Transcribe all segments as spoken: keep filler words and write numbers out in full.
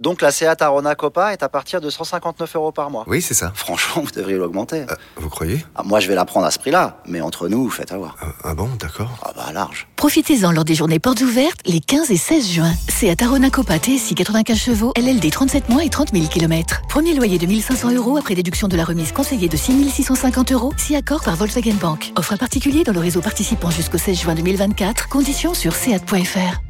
Donc la Seat Arona Copa est à partir de cent cinquante-neuf euros par mois. Oui, c'est ça. Franchement, vous devriez l'augmenter. Euh, vous croyez ? Ah, moi, je vais la prendre à ce prix-là, mais entre nous, faites avoir. Ah, ah bon, d'accord. Ah bah large. Profitez-en lors des journées portes ouvertes les quinze et seize juin. Seat Arona Copa T S I quatre-vingt-quinze chevaux, L L D trente-sept mois et trente mille kilomètres. Premier loyer de mille cinq cents euros après déduction de la remise conseillée de six mille six cent cinquante euros, si accord par Volkswagen Bank. Offre à particulier dans le réseau participant jusqu'au seize juin deux mille vingt-quatre. Conditions sur seat point f r.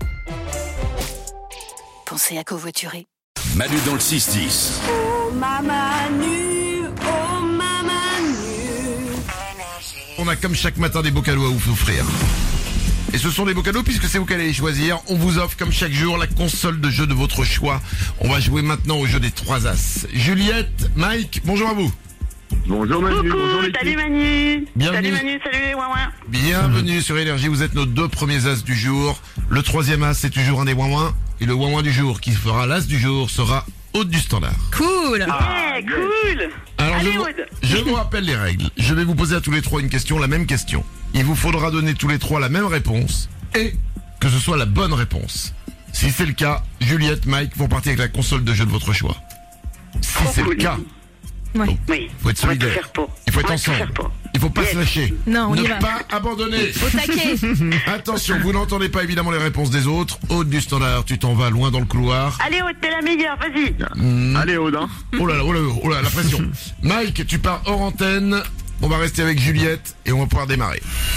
Pensez à covoiturer. Manu dans le six dix. Oh ma Manu, oh ma Manu. On a comme chaque matin des beaux cadeaux à vous offrir. Et ce sont des beaux cadeaux puisque c'est vous qui allez les choisir. On vous offre comme chaque jour la console de jeu de votre choix. On va jouer maintenant au jeu des trois as. Juliette, Mike, bonjour à vous. Bonjour Manu, Coucou, bonjour l'équipe. salut Manu. Bienvenue. Salut Manu, salut les ouin-ouin. Bienvenue sur Énergie, vous êtes nos deux premiers as du jour. Le troisième as, c'est toujours un des ouin-ouin. Et le ouin-ouin du jour qui fera l'as du jour sera Aude du Standard. Cool. Ah, yeah, cool. Alors Allez je, vous, Aude. je vous rappelle les règles. Je vais vous poser à tous les trois une question, la même question. Il vous faudra donner tous les trois la même réponse et que ce soit la bonne réponse. Si c'est le cas, Juliette, Mike vont partir avec la console de jeu de votre choix. Si Trop c'est cool. le cas, Ouais. Oui. faut être On va tout solidaire. faire pour. Il faut être On va tout ensemble. faire pour. Il faut pas Yes. se lâcher. Non, on ne y va. pas abandonner. Au taquet. Attention, vous n'entendez pas évidemment les réponses des autres. Aude du Standard, tu t'en vas loin dans le couloir. Allez Aude, t'es la meilleure, vas-y. Mm. Allez Aude, hein. Oh là là, oh là là, oh là, la pression. Mike, tu pars hors antenne. On va rester avec Juliette et on va pouvoir démarrer.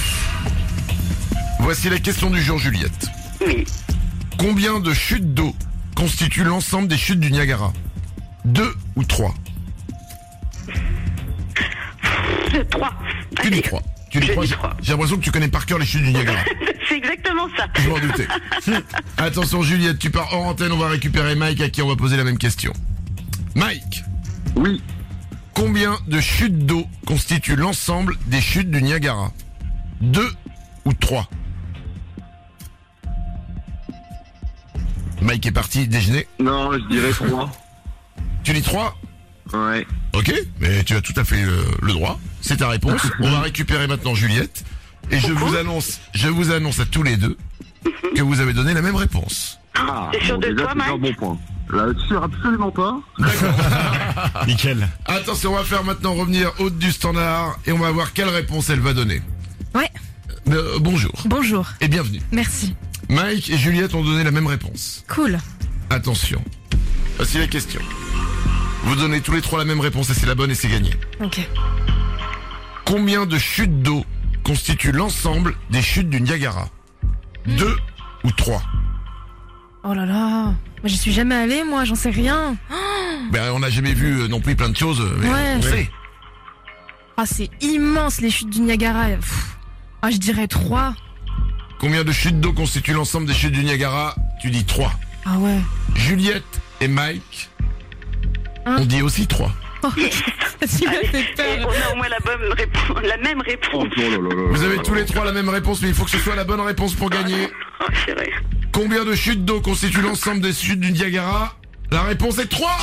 Voici la question du jour, Juliette. Oui. Combien de chutes d'eau constituent l'ensemble des chutes du Niagara ? Deux ou trois ? Trois. Tu dis trois. Tu dis Je trois. dis J'ai trois. j'ai l'impression que tu connais par cœur les chutes du Niagara. C'est exactement ça. Je m'en doutais. Attention Juliette, tu pars hors antenne, on va récupérer Mike à qui on va poser la même question. Mike, Oui. combien de chutes d'eau constituent l'ensemble des chutes du Niagara ? Deux ou trois ? Mike est parti déjeuner. Non, je dirais trois. Tu dis trois ? Ouais. Ok, mais tu as tout à fait le, le droit. C'est ta réponse. On va récupérer maintenant Juliette. Et je vous annonce, je vous annonce à tous les deux que vous avez donné la même réponse. Ah, T'es sûr de déjà, toi, c'est un Mike bon point. Là-dessus, absolument pas. Nickel. Attention, on va faire maintenant revenir Aude du Standard et on va voir quelle réponse elle va donner. Ouais. Euh, bonjour Bonjour. et bienvenue. Merci. Mike et Juliette ont donné la même réponse. Cool. Attention. Voici la question. Vous donnez tous les trois la même réponse et c'est la bonne et c'est gagné. Ok. Combien de chutes d'eau constituent l'ensemble des chutes du Niagara ? Deux ou trois ? Oh là là. Moi, j'y suis jamais allée, moi, j'en sais rien. Ben, on n'a jamais vu euh, non plus plein de choses, mais Ouais. on sait. Ah, c'est immense, les chutes du Niagara. Pff. Ah, je dirais trois. Combien de chutes d'eau constituent l'ensemble des chutes du Niagara ? Tu dis trois. Ah ouais. Juliette et Mike Hein ont dit aussi trois. Oh, tu m'as fait Et peur. on a au moins la, bonne réponse, la même Oh, réponse. oh là là là Vous là avez là tous là. les trois la même réponse, mais il faut que ce soit la bonne réponse pour gagner. Oh, chérie. Combien de chutes d'eau constituent l'ensemble des chutes du Niagara ? La réponse est trois.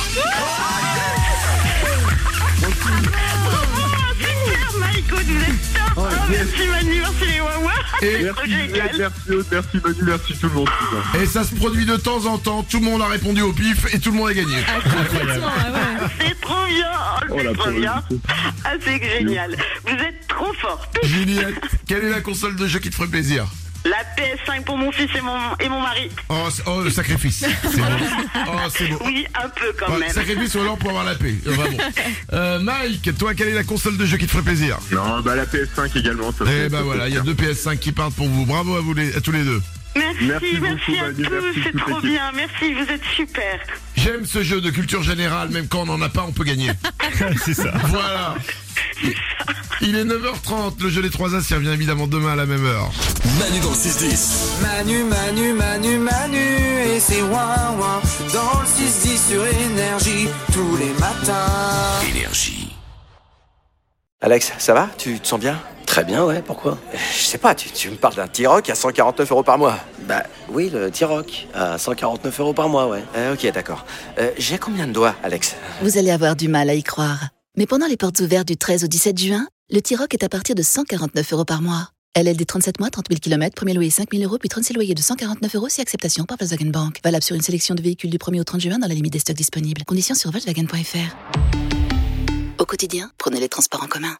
Super, Mike, Aude, vous êtes top. Oh, Oh, yes. merci Manu, merci les ouin-ouin. Et, Merci Génial. Juliette, merci Aude, merci Manu, merci tout le monde. putain. et ça se produit de temps en temps, tout le monde a répondu au pif et tout le monde a gagné. Complètement, ah ouais. C'est trop bien. Oh, Oh, c'est la trop pauvre bien. Juliette. Ah, c'est génial. Vous êtes trop fort. Juliette, quelle est la console de jeu qui te ferait plaisir ? La P S cinq pour mon fils et mon, et mon mari. Oh, c'est- oh, le sacrifice. C'est beau. Oh, c'est beau. Oui, un peu quand Ouais, même. sacrifice ou alors pour avoir la paix. Euh, Vraiment. Euh, Mike, toi, quelle est la console de jeu qui te ferait plaisir ? Non, bah la P S cinq également. Ça Eh fait- ben ça voilà, fait il y a plaisir. deux P S cinq qui partent pour vous. Bravo à vous les, à tous les deux. Merci, Merci merci, beaucoup, à Manu, tous, merci c'est toute trop l'équipe. bien. Merci, vous êtes super. J'aime ce jeu de culture générale, même quand on n'en a pas, on peut gagner. C'est ça. Voilà. Il est neuf heures trente, le jeu des trois as, il revient évidemment demain à la même heure. Manu dans le six dix. Manu, Manu, Manu, Manu et c'est ouin ouin dans le six dix sur Énergie tous les matins. Énergie. Alex, ça va ? Tu te sens bien ? Très bien, ouais, pourquoi ? Je sais pas, tu, tu me parles d'un T-Roc à cent quarante-neuf euros par mois. Bah oui, le T-Roc à cent quarante-neuf euros par mois, ouais. Euh, ok, d'accord. Euh, j'ai combien de doigts, Alex ? Vous allez avoir du mal à y croire. Mais pendant les portes ouvertes du treize au dix-sept juin, le T-Roc est à partir de cent quarante-neuf euros par mois. L L D trente-sept mois, trente mille kilomètres, premier loyer cinq mille euros, puis trente-six loyers de cent quarante-neuf euros si acceptation par Volkswagen Bank. Valable sur une sélection de véhicules du premier au trente juin dans la limite des stocks disponibles. Conditions sur Volkswagen point F R. Au quotidien, prenez les transports en commun.